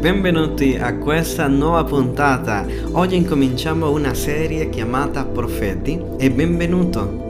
benvenuti a questa nuova puntata. Oggi incominciamo una serie chiamata Profeti e benvenuto.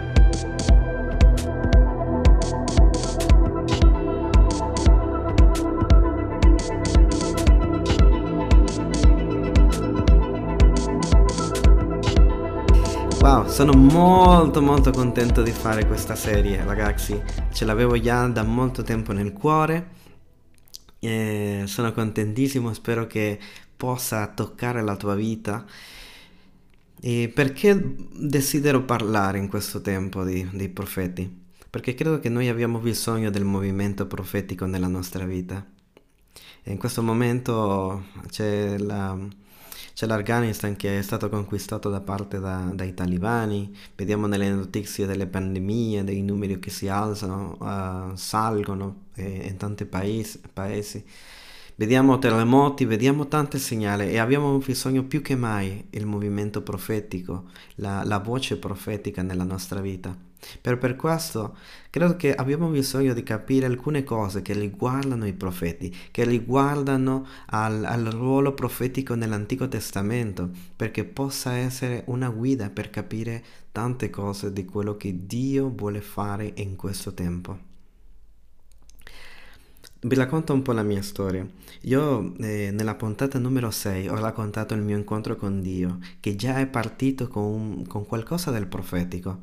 Wow, sono molto contento di fare questa serie, ragazzi. Ce l'avevo già da molto tempo nel cuore. Sono contentissimo, spero che possa toccare la tua vita. E perché desidero parlare in questo tempo dei profeti? Perché credo che noi abbiamo bisogno del movimento profetico nella nostra vita. E in questo momento c'è l'Afghanistan che è stato conquistato da parte dai talibani. Vediamo nelle notizie delle pandemie, dei numeri che si alzano, salgono in tanti paesi. Vediamo terremoti, vediamo tante segnali e abbiamo bisogno più che mai il movimento profetico, la voce profetica nella nostra vita. Per questo credo che abbiamo bisogno di capire alcune cose che riguardano i profeti, che riguardano al ruolo profetico nell'Antico Testamento, perché possa essere una guida per capire tante cose di quello che Dio vuole fare in questo tempo. Vi racconto un po' la mia storia. Io nella puntata numero 6 ho raccontato il mio incontro con Dio, che già è partito con qualcosa del profetico.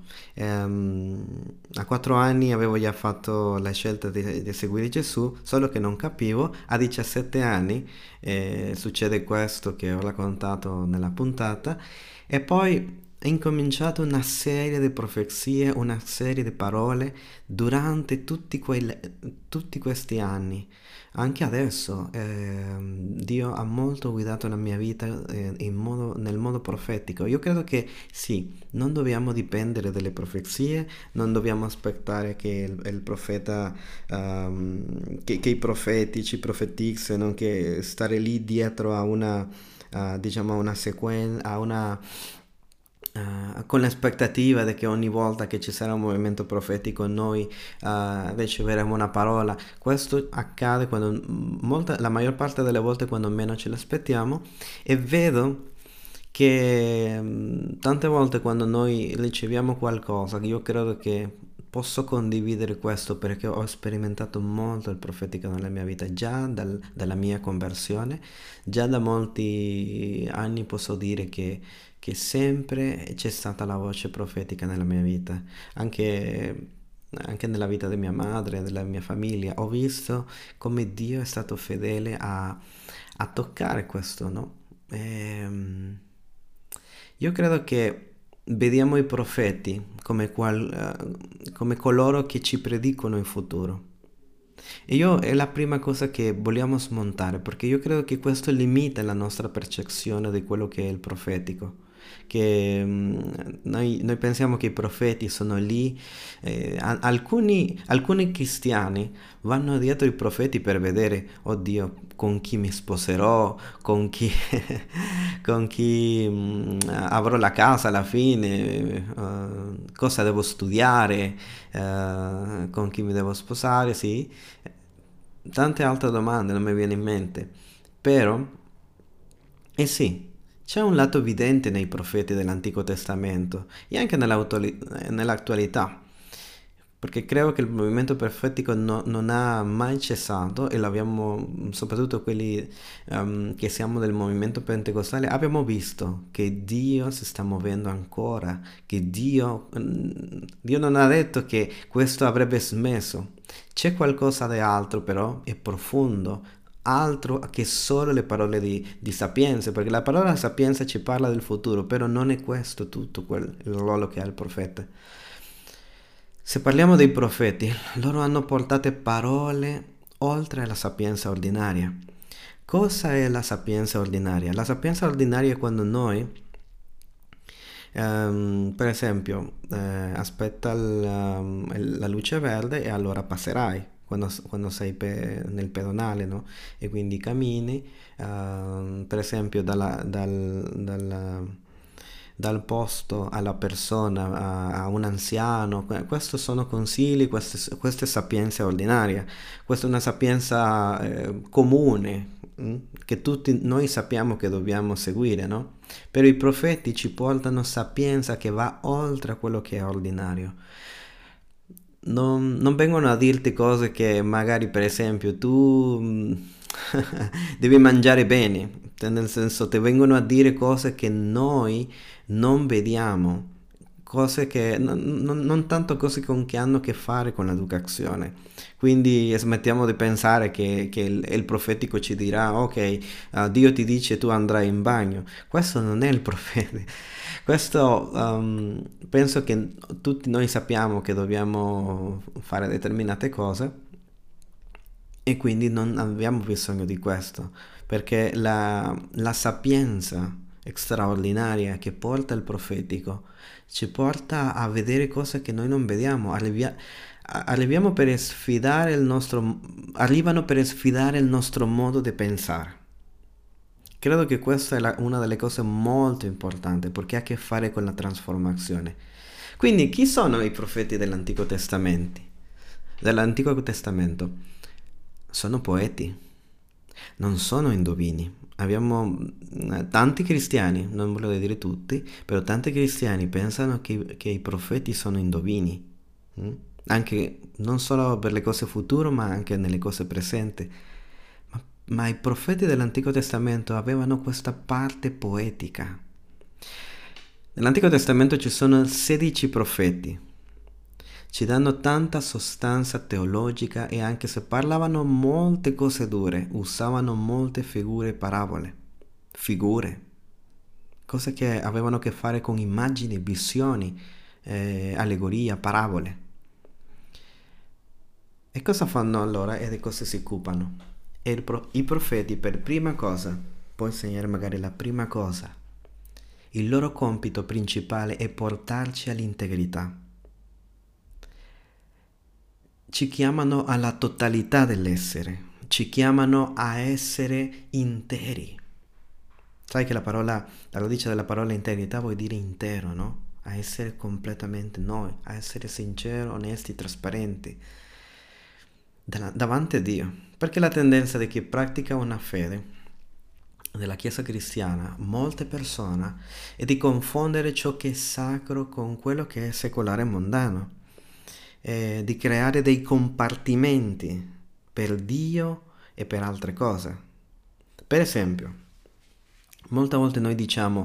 A 4 anni avevo già fatto la scelta di seguire Gesù, solo che non capivo. A 17 anni succede questo che ho raccontato nella puntata e poi è incominciato una serie di profezie, una serie di parole durante tutti questi anni. Anche adesso Dio ha molto guidato la mia vita nel modo profetico. Io credo che sì, non dobbiamo dipendere dalle profezie, non dobbiamo aspettare che il profeta, che i profeti ci profetizzino, che stare lì dietro a diciamo, a una sequenza, con l'aspettativa di che ogni volta che ci sarà un movimento profetico noi riceveremo una parola. Questo accade la maggior parte delle volte quando meno ce l'aspettiamo, e vedo che tante volte quando noi riceviamo qualcosa, io credo che posso condividere questo perché ho sperimentato molto il profetico nella mia vita, già dalla mia conversione, già da molti anni posso dire che sempre c'è stata la voce profetica nella mia vita, anche nella vita di mia madre, della mia famiglia. Ho visto come Dio è stato fedele a toccare questo, no? Io credo che vediamo i profeti come coloro che ci predicono il futuro. E io è la prima cosa che vogliamo smontare, perché io credo che questo limita la nostra percezione di quello che è il profetico. Che noi pensiamo che i profeti sono lì, alcuni cristiani vanno dietro i profeti per vedere, oddio, con chi mi sposerò, con chi, con chi avrò la casa alla fine, cosa devo studiare, con chi mi devo sposare, sì. Tante altre domande non mi viene in mente, però, eh sì, c'è un lato evidente nei profeti dell'Antico Testamento e anche nell'attualità, perché credo che il movimento profetico non ha mai cessato, e l'abbiamo, soprattutto quelli che siamo del movimento pentecostale, abbiamo visto che Dio si sta muovendo ancora, che Dio non ha detto che questo avrebbe smesso. C'è qualcosa di altro, però è profondo, altro che solo le parole di sapienza, perché la parola sapienza ci parla del futuro, però non è questo tutto il ruolo che ha il profeta. Se parliamo dei profeti, loro hanno portato parole oltre alla sapienza ordinaria. Cosa è la sapienza ordinaria? La sapienza ordinaria è quando noi, per esempio, aspetta la luce verde e allora passerai. Quando sei nel pedonale, no? E quindi cammini, per esempio, dal posto alla persona, a un anziano. Questi sono consigli, questa è sapienza ordinaria, questa è una sapienza comune, che tutti noi sappiamo che dobbiamo seguire, no? Però i profeti ci portano sapienza che va oltre a quello che è ordinario. Non vengono a dirti cose che magari, per esempio, tu devi mangiare bene, cioè, nel senso, ti vengono a dire cose che noi non vediamo, cose che non tanto cose che hanno a che fare con l'educazione. Quindi smettiamo di pensare che il profetico ci dirà, ok, Dio ti dice tu andrai in bagno. Questo non è il profeta. Questo penso che tutti noi sappiamo che dobbiamo fare determinate cose e quindi non abbiamo bisogno di questo, perché la sapienza straordinaria che porta il profetico ci porta a vedere cose che noi non vediamo, arriviamo per sfidare arrivano per sfidare il nostro modo di pensare. Credo che questa è una delle cose molto importanti perché ha a che fare con la trasformazione. Quindi, chi sono i profeti dell'Antico Testamento? Dell'Antico Testamento? Sono poeti, non sono indovini. Abbiamo tanti cristiani, non voglio dire tutti, però tanti cristiani pensano che i profeti sono indovini, mm? Anche non solo per le cose future, ma anche nelle cose presenti. Ma i profeti dell'Antico Testamento avevano questa parte poetica. Nell'Antico Testamento ci sono 16 profeti. Ci danno tanta sostanza teologica e anche se parlavano molte cose dure, usavano molte figure e parabole. Figure. Cose che avevano a che fare con immagini, visioni, allegoria, parabole. E cosa fanno allora e di cosa si occupano? I profeti per prima cosa, può insegnare magari la prima cosa, il loro compito principale è portarci all'integrità. Ci chiamano alla totalità dell'essere, ci chiamano a essere interi. Sai che la radice della parola integrità vuol dire intero, no? A essere completamente noi, a essere sinceri, onesti, trasparenti davanti a Dio. Perché la tendenza di chi pratica una fede della Chiesa cristiana, molte persone, è di confondere ciò che è sacro con quello che è secolare e mondano, di creare dei compartimenti per Dio e per altre cose. Per esempio, molte volte noi diciamo,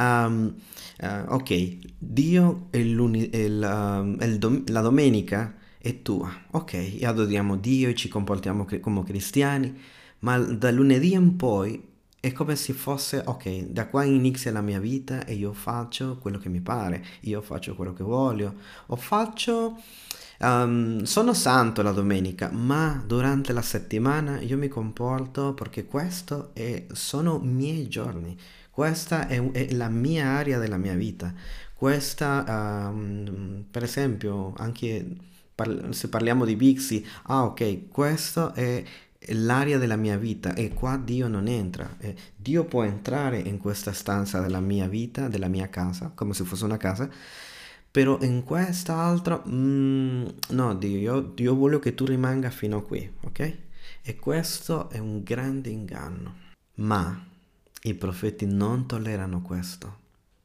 ok, Dio è la domenica è tua, ok, e adoriamo Dio e ci comportiamo come cristiani, ma da lunedì in poi è come se fosse, ok, da qua inizia la mia vita e io faccio quello che mi pare, io faccio quello che voglio, o faccio, sono santo la domenica, ma durante la settimana io mi comporto perché sono miei giorni, questa è la mia area della mia vita, questa, per esempio, anche se parliamo di Bixi, ok, questo è l'area della mia vita e qua Dio non entra. Dio può entrare in questa stanza della mia vita, della mia casa, come se fosse una casa, però in quest'altra, no Dio, io voglio che tu rimanga fino a qui, ok? E questo è un grande inganno. Ma i profeti non tollerano questo.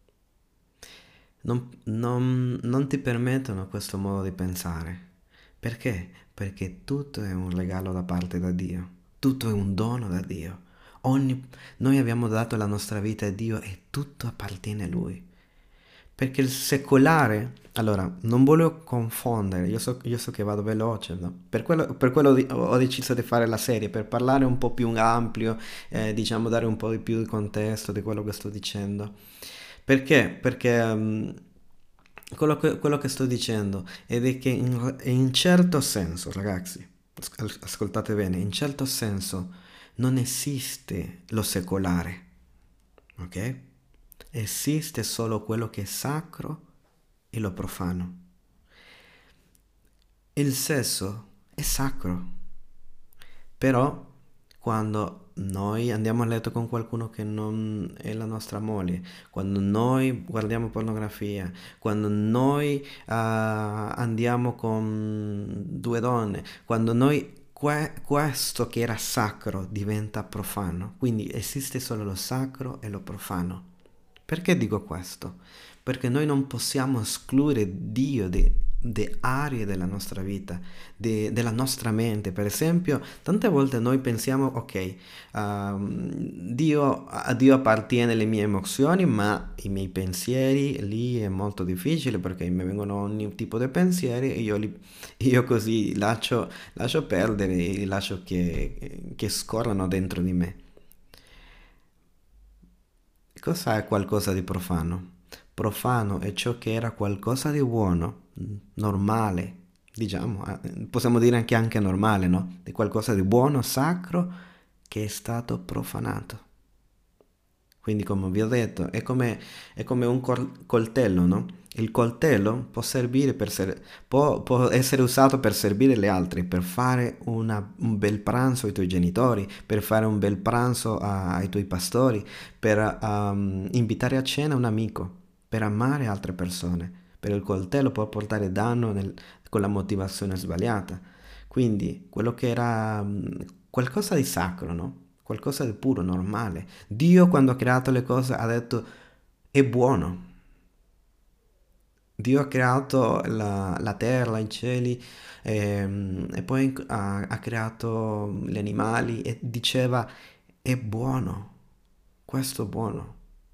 Non ti permettono questo modo di pensare. Perché? Perché tutto è un regalo da parte da Dio. Tutto è un dono da Dio. Noi abbiamo dato la nostra vita a Dio e tutto appartiene a Lui. Perché il secolare, allora, non voglio confondere, io so che vado veloce, no? Per quello ho deciso di fare la serie, per parlare un po' più ampio, diciamo dare un po' di più di contesto di quello che sto dicendo. Perché? Perché quello che sto dicendo è che in certo senso, ragazzi, ascoltate bene, in certo senso non esiste lo secolare, ok? Esiste solo quello che è sacro e lo profano. Il sesso è sacro, però quando noi andiamo a letto con qualcuno che non è la nostra moglie, quando noi guardiamo pornografia, quando noi andiamo con due donne, questo che era sacro diventa profano. Quindi esiste solo lo sacro e lo profano. Perché dico questo? Perché noi non possiamo escludere Dio di aree della nostra vita, della nostra mente. Per esempio, tante volte noi pensiamo, ok, a Dio appartiene le mie emozioni, ma i miei pensieri lì è molto difficile perché mi vengono ogni tipo di pensieri e io così lascio perdere e lascio che scorrano dentro di me. Cosa è qualcosa di profano? Profano è ciò che era qualcosa di buono, normale, diciamo, possiamo dire anche normale, no? Di qualcosa di buono, sacro, che è stato profanato. Quindi, come vi ho detto, è come un coltello, no? Il coltello può essere usato per servire gli altri, per fare un bel pranzo ai tuoi genitori, per fare un bel pranzo ai tuoi pastori, per invitare a cena un amico, per amare altre persone. Per il coltello può portare danno con la motivazione sbagliata. Quindi, quello che era qualcosa di sacro, no? Qualcosa di puro, normale. Dio quando ha creato le cose ha detto è buono. Dio ha creato la terra, i cieli e poi ha creato gli animali e diceva è buono, questo è buono.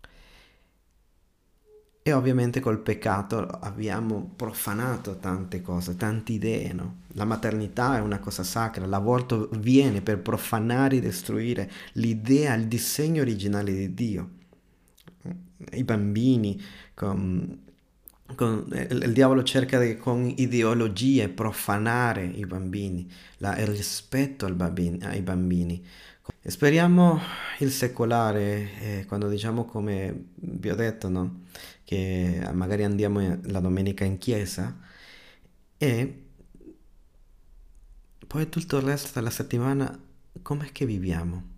E ovviamente col peccato abbiamo profanato tante cose, tante idee, no? La maternità è una cosa sacra, l'aborto viene per profanare e distruggere l'idea, il disegno originale di Dio. I bambini, il diavolo cerca con ideologie profanare i bambini, il rispetto ai bambini. E speriamo il secolare, quando diciamo come vi ho detto, no? Che magari andiamo la domenica in chiesa e poi tutto il resto della settimana com'è che viviamo?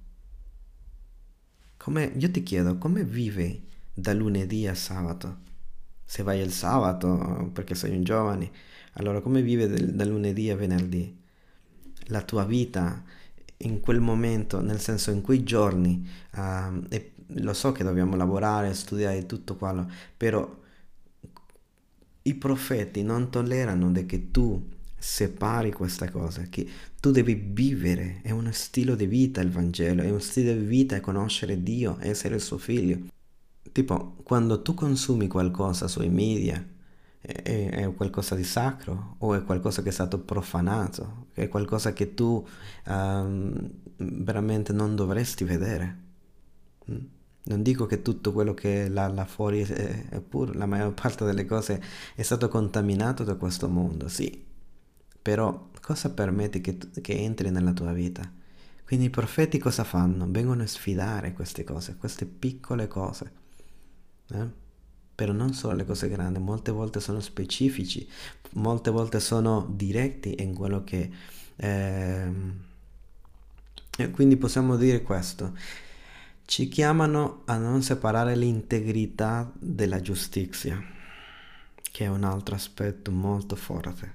Io ti chiedo, come vivi da lunedì a sabato? Se vai il sabato perché sei un giovane, allora come vivi da lunedì a venerdì? La tua vita in quel momento, nel senso in quei giorni, e lo so che dobbiamo lavorare, studiare tutto quello, però i profeti non tollerano che tu separi questa cosa, che tu devi vivere, è uno stile di vita il Vangelo, è uno stile di vita conoscere Dio, essere il suo figlio. Tipo, quando tu consumi qualcosa sui media, è qualcosa di sacro o è qualcosa che è stato profanato, è qualcosa che tu veramente non dovresti vedere. Mm. Non dico che tutto quello che è là fuori è puro, la maggior parte delle cose è stato contaminato da questo mondo, sì, però cosa permetti che entri nella tua vita? Quindi i profeti cosa fanno? Vengono a sfidare queste cose, queste piccole cose, eh? Però non solo le cose grandi, molte volte sono specifici, molte volte sono diretti in quello che... ehm, e quindi possiamo dire questo. Ci chiamano a non separare l'integrità della giustizia, che è un altro aspetto molto forte.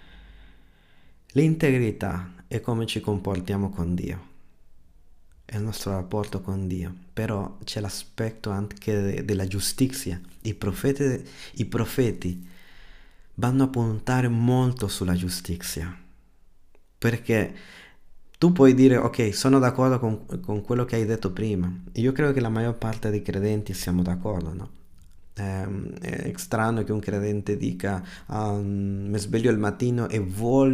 L'integrità è come ci comportiamo con Dio, è il nostro rapporto con Dio, però c'è l'aspetto anche della giustizia. I profeti vanno a puntare molto sulla giustizia, perché tu puoi dire, ok, sono d'accordo con quello che hai detto prima. Io credo che la maggior parte dei credenti siamo d'accordo, no? È strano che un credente dica, mi sveglio al mattino e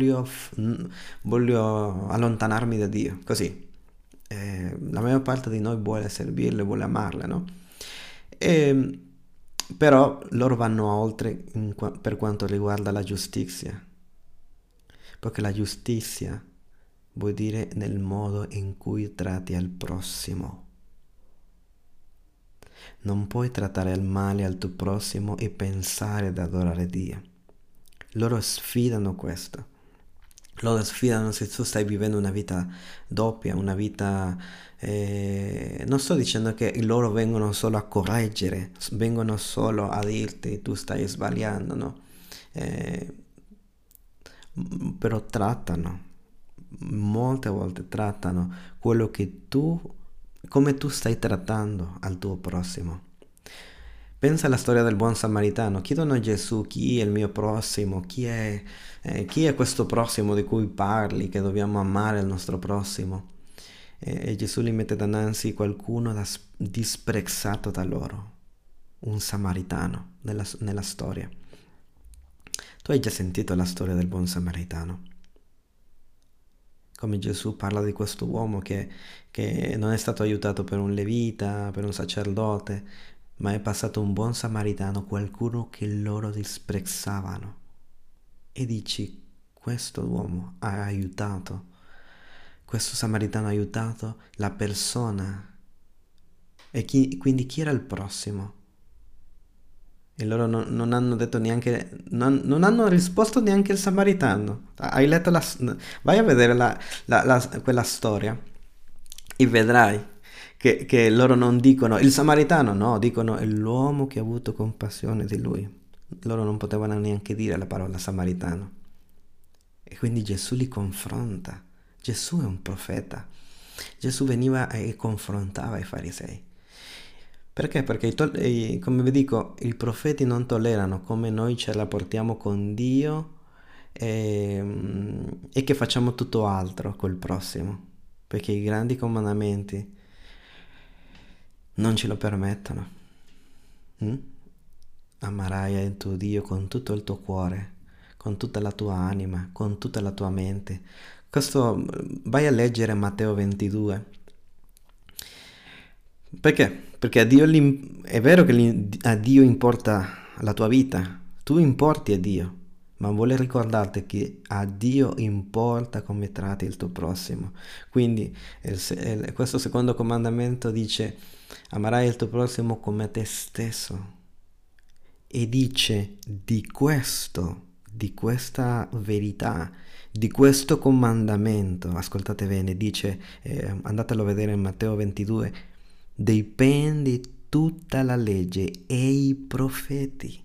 voglio allontanarmi da Dio, così. La maggior parte di noi vuole servirle, vuole amarle, no? E, però loro vanno oltre per quanto riguarda la giustizia, perché la giustizia vuol dire nel modo in cui tratti al prossimo. Non puoi trattare al male al tuo prossimo e pensare ad adorare Dio. Loro sfidano questo. Loro sfidano se tu stai vivendo una vita doppia, una vita... non sto dicendo che loro vengono solo a correggere, vengono solo a dirti tu stai sbagliando, no? Eh, però trattano, molte volte trattano quello che tu, come tu stai trattando al tuo prossimo. Pensa alla storia del buon samaritano. Chiedono a Gesù chi è il mio prossimo, chi è questo prossimo di cui parli, che dobbiamo amare il nostro prossimo. E Gesù li mette davanti qualcuno disprezzato da loro, un samaritano nella storia. Tu hai già sentito la storia del buon samaritano? Come Gesù parla di questo uomo che non è stato aiutato per un levita, per un sacerdote, ma è passato un buon samaritano, qualcuno che loro disprezzavano. E dici, questo uomo ha aiutato, questo samaritano ha aiutato la persona. E quindi chi era il prossimo? E loro non hanno detto neanche, non hanno risposto neanche il samaritano. Hai letto vai a vedere quella storia e vedrai che loro non dicono il samaritano, no, dicono è l'uomo che ha avuto compassione di lui. Loro non potevano neanche dire la parola samaritano. E quindi Gesù li confronta. Gesù è un profeta. Gesù veniva e confrontava i farisei. Perché? Perché come vi dico, i profeti non tollerano come noi ce la portiamo con Dio e che facciamo tutto altro col prossimo. Perché i grandi comandamenti non ce lo permettono. Mm? Amarai il tuo Dio con tutto il tuo cuore, con tutta la tua anima, con tutta la tua mente. Questo vai a leggere Matteo 22. Perché? Perché è vero che a Dio importa la tua vita, tu importi a Dio, ma vuole ricordarti che a Dio importa come tratti il tuo prossimo. Quindi questo secondo comandamento dice amarai il tuo prossimo come te stesso. E dice di questa verità, di questo comandamento, ascoltate bene, dice, andatelo a vedere in Matteo 22, dipende tutta la legge e i profeti.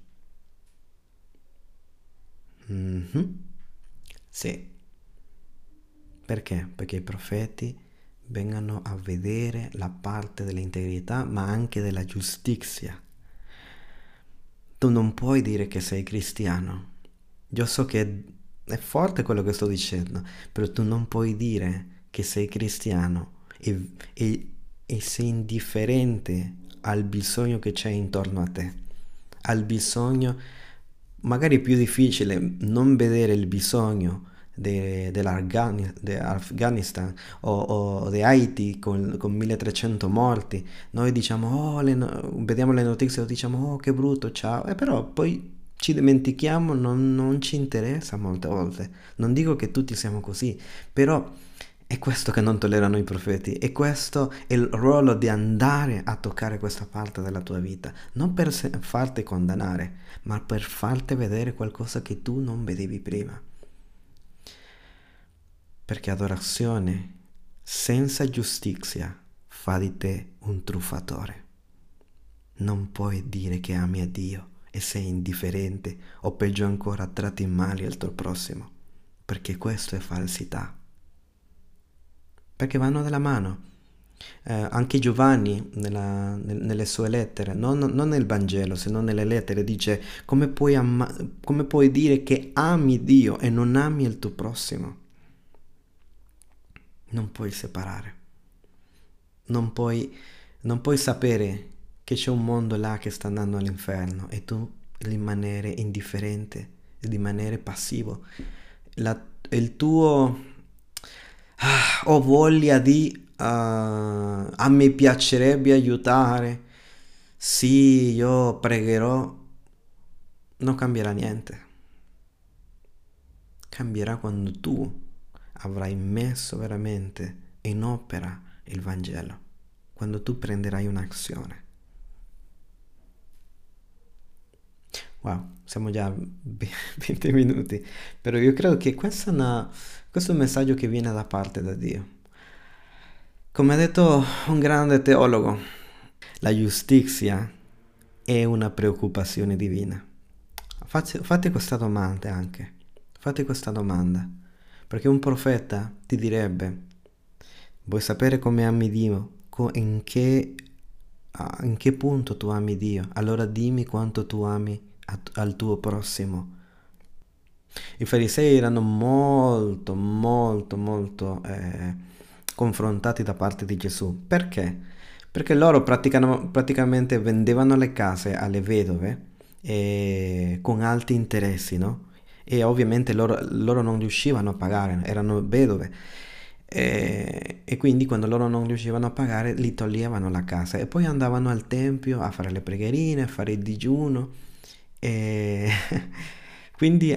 Mhm. Sì. Perché? Perché i profeti vengono a vedere la parte dell'integrità, ma anche della giustizia. Tu non puoi dire che sei cristiano. Io so che è forte quello che sto dicendo, però tu non puoi dire che sei cristiano e sei indifferente al bisogno che c'è intorno a te, al bisogno, magari è più difficile non vedere il bisogno dell'Afghanistan o di Haiti con 1300 morti. Noi diciamo, vediamo le notizie e diciamo, oh che brutto, ciao, e però poi ci dimentichiamo, non ci interessa molte volte. Non dico che tutti siamo così, però è questo che non tollerano i profeti, e questo è il ruolo di andare a toccare questa parte della tua vita, non per farti condannare, ma per farti vedere qualcosa che tu non vedevi prima. Perché adorazione senza giustizia fa di te un truffatore. Non puoi dire che ami a Dio e sei indifferente o peggio ancora tratti male il tuo prossimo, perché questo è falsità. Perché vanno dalla mano. Anche Giovanni nelle sue lettere, non nel Vangelo, se non nelle lettere, dice come puoi dire che ami Dio e non ami il tuo prossimo? Non puoi separare. Non puoi sapere che c'è un mondo là che sta andando all'inferno e tu rimanere indifferente, rimanere passivo. Il tuo ho voglia di a me piacerebbe aiutare, sì, io pregherò, non cambierà niente. Cambierà quando tu avrai messo veramente in opera il Vangelo, quando tu prenderai un'azione. Wow, siamo già a 20 minuti, però io credo che questo è un messaggio che viene da parte da Dio. Come ha detto un grande teologo, la giustizia è una preoccupazione divina. Fate questa domanda anche, fate questa domanda. Perché un profeta ti direbbe, vuoi sapere come ami Dio? In che punto tu ami Dio? Allora dimmi quanto tu ami al tuo prossimo. I farisei erano molto, molto, molto confrontati da parte di Gesù. Perché? Perché loro praticamente vendevano le case alle vedove con alti interessi, no? E ovviamente loro non riuscivano a pagare, erano vedove. E quindi quando loro non riuscivano a pagare, li toglievano la casa e poi andavano al tempio a fare le preghierine, a fare il digiuno. E quindi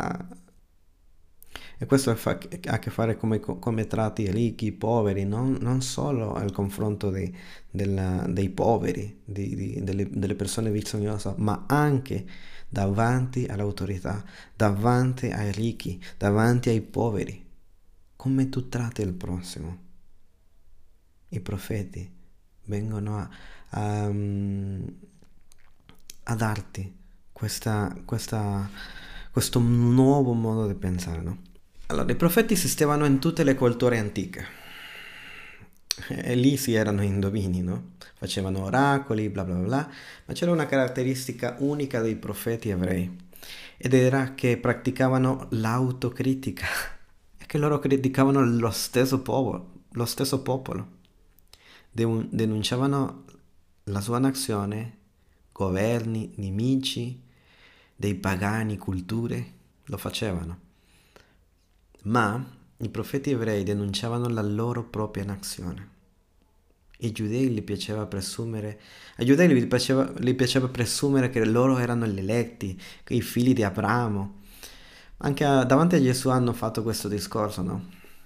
e questo ha a che fare come tratti i ricchi, i poveri, non solo al confronto dei poveri, delle persone bisognose, ma anche davanti all'autorità, davanti ai ricchi, davanti ai poveri. Come tu tratti il prossimo. I profeti vengono a darti questo nuovo modo di pensare, no? Allora, i profeti esistevano in tutte le culture antiche e lì si erano indovini, no? Facevano oracoli, bla bla bla, ma c'era una caratteristica unica dei profeti ebrei ed era che praticavano l'autocritica e che loro criticavano lo stesso popolo. Denunciavano la sua nazione, governi, nemici, dei pagani, culture, lo facevano. Ma i profeti ebrei denunciavano la loro propria nazione. I giudei gli piaceva presumere, ai giudei gli piaceva presumere che loro erano gli eletti, che i figli di Abramo. Anche davanti a Gesù hanno fatto questo discorso, no?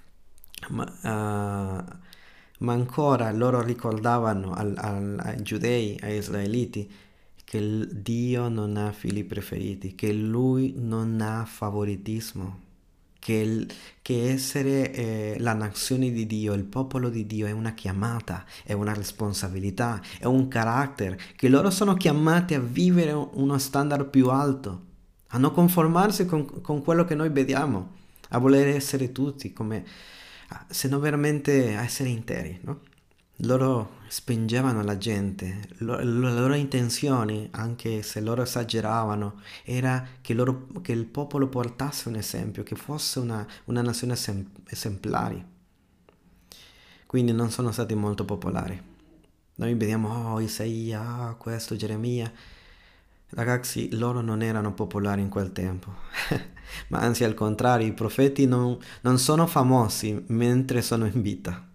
Ma ancora loro ricordavano ai giudei, ai israeliti, che Dio non ha figli preferiti, che Lui non ha favoritismo, che essere la nazione di Dio, il popolo di Dio è una chiamata, è una responsabilità, è un carattere, che loro sono chiamati a vivere uno standard più alto, a non conformarsi con quello che noi vediamo, a voler essere tutti come, se non veramente a essere interi, no? Loro spingevano la gente, le loro intenzioni, anche se loro esageravano, era che il popolo portasse un esempio, che fosse una nazione esemplare. Quindi non sono stati molto popolari. Noi vediamo, oh, Isaia, questo, Geremia. Ragazzi, loro non erano popolari in quel tempo. Ma anzi al contrario, i profeti non sono famosi mentre sono in vita,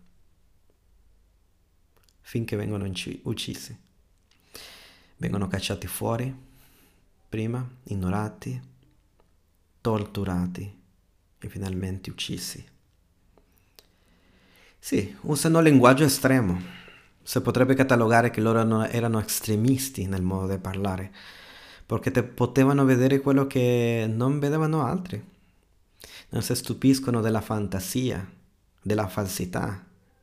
finché vengono uccisi. Vengono cacciati fuori, prima, ignorati, torturati e finalmente uccisi. Sì, usano linguaggio estremo. Si potrebbe catalogare che loro erano estremisti nel modo di parlare, perché potevano vedere quello che non vedevano altri. Non si stupiscono della fantasia, della falsità.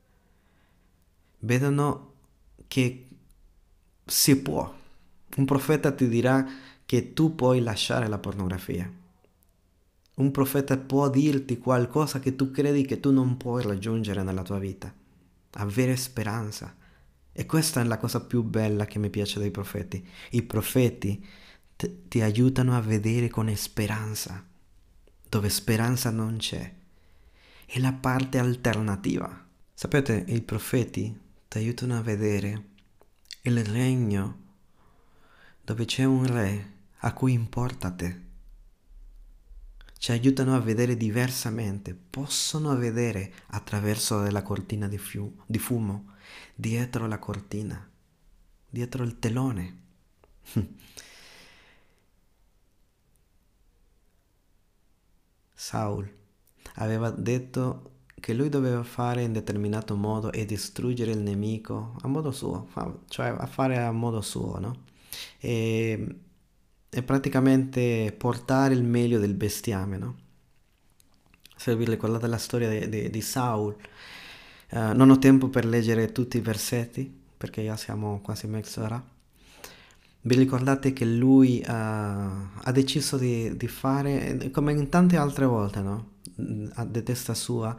Vedono che si può. Un profeta ti dirà che tu puoi lasciare la pornografia. Un profeta può dirti qualcosa che tu credi che tu non puoi raggiungere nella tua vita. Avere speranza. E questa è la cosa più bella che mi piace dei profeti. I profeti ti aiutano a vedere con speranza, dove speranza non c'è. È la parte alternativa. Sapete, i profeti ti aiutano a vedere il regno dove c'è un re a cui importa te. Ci aiutano a vedere diversamente, possono vedere attraverso la cortina di fumo, dietro la cortina, dietro il telone. Saul aveva detto che lui doveva fare in determinato modo e distruggere il nemico a modo suo, cioè a fare a modo suo, no? E, e praticamente portare il meglio del bestiame, no? Se vi ricordate la storia di Saul, non ho tempo per leggere tutti i versetti, perché già siamo quasi mezz'ora. Vi ricordate che lui ha deciso di fare, come in tante altre volte, no? di testa sua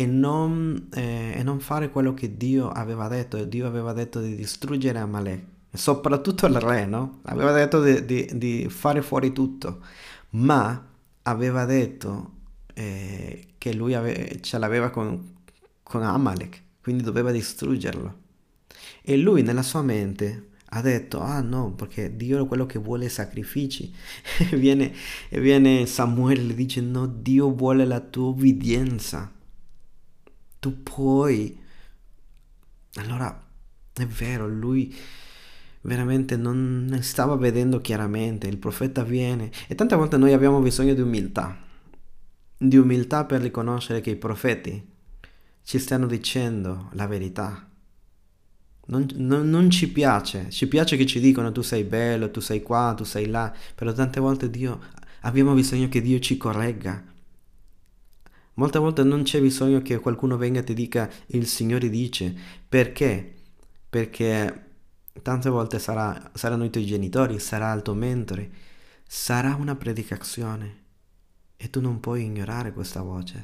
e non fare quello che Dio aveva detto. Dio aveva detto di distruggere Amalek, soprattutto il re, no? Aveva detto di fare fuori tutto, ma aveva detto che lui ce l'aveva con Amalek, quindi doveva distruggerlo. E lui nella sua mente ha detto, ah no, perché Dio è quello che vuole sacrifici. E viene Samuele e le dice, no, Dio vuole la tua obbedienza. Tu puoi. Allora, è vero, lui veramente non ne stava vedendo chiaramente, il profeta viene. E tante volte noi abbiamo bisogno di umiltà per riconoscere che i profeti ci stanno dicendo la verità. Non ci piace che ci dicono tu sei bello, tu sei qua, tu sei là, però tante volte abbiamo bisogno che Dio ci corregga. Molte volte non c'è bisogno che qualcuno venga e ti dica il Signore dice. Perché? Perché tante volte saranno i tuoi genitori, sarà il tuo mentore, sarà una predicazione e tu non puoi ignorare questa voce.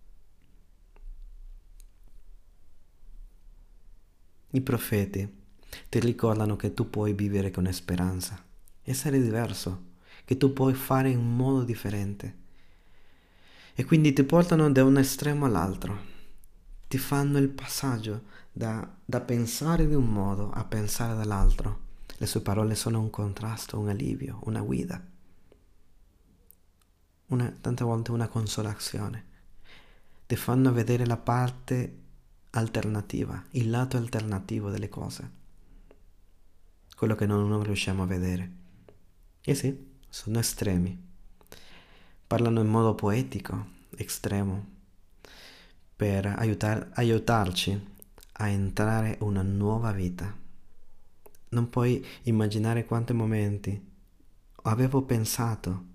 I profeti ti ricordano che tu puoi vivere con speranza, essere diverso, che tu puoi fare in modo differente. E quindi ti portano da un estremo all'altro, ti fanno il passaggio da pensare di un modo a pensare dall'altro. Le sue parole sono un contrasto, un alivio, una guida, tante volte una consolazione. Ti fanno vedere la parte alternativa, il lato alternativo delle cose, quello che non riusciamo a vedere. E sì, sono estremi. Parlano in modo poetico, estremo, per aiutarci a entrare in una nuova vita. Non puoi immaginare quanti momenti avevo pensato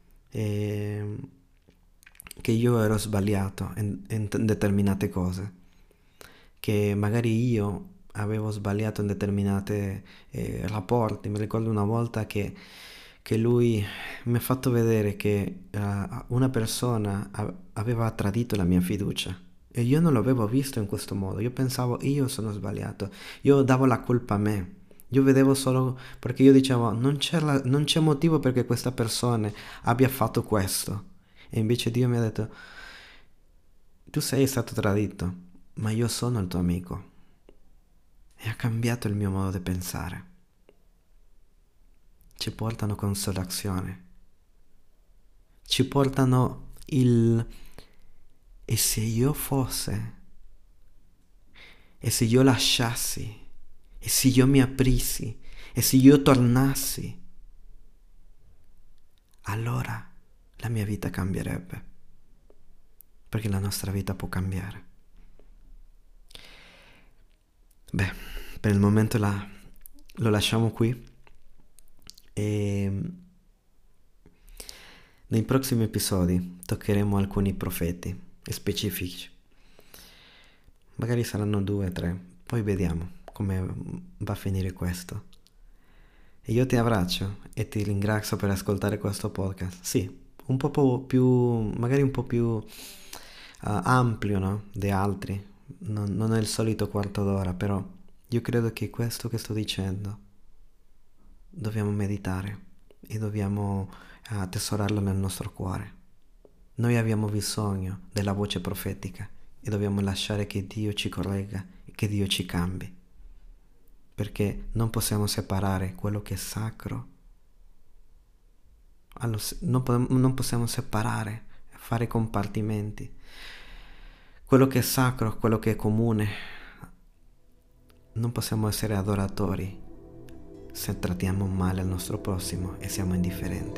che io ero sbagliato in determinate cose, che magari io avevo sbagliato in determinate rapporti. Mi ricordo una volta che lui mi ha fatto vedere che una persona aveva tradito la mia fiducia e io non l'avevo visto in questo modo. Io pensavo io sono sbagliato, io davo la colpa a me. Io vedevo solo perché io dicevo non c'è motivo perché questa persona abbia fatto questo. E invece Dio mi ha detto tu sei stato tradito, ma io sono il tuo amico. E ha cambiato il mio modo di pensare. Ci portano consolazione, ci portano il e se io fosse, e se io lasciassi, e se io mi aprissi, e se io tornassi, allora la mia vita cambierebbe, perché la nostra vita può cambiare. Beh, per il momento lo lasciamo qui e nei prossimi episodi toccheremo alcuni profeti specifici. Magari saranno 2 o 3, poi vediamo come va a finire questo. E io ti abbraccio e ti ringrazio per ascoltare questo podcast. Sì, un po' più, magari un po' più ampio, no? Di altri. Non è il solito quarto d'ora, però io credo che questo che sto dicendo dobbiamo meditare e dobbiamo attesorarlo nel nostro cuore. Noi abbiamo bisogno della voce profetica e dobbiamo lasciare che Dio ci corregga e che Dio ci cambi, perché non possiamo separare quello che è sacro, non possiamo separare, fare compartimenti, quello che è sacro, quello che è comune. Non possiamo essere adoratori se trattiamo male il nostro prossimo e siamo indifferenti.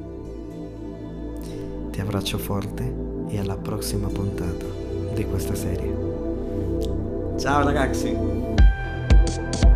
Ti abbraccio forte e alla prossima puntata di questa serie. Ciao ragazzi!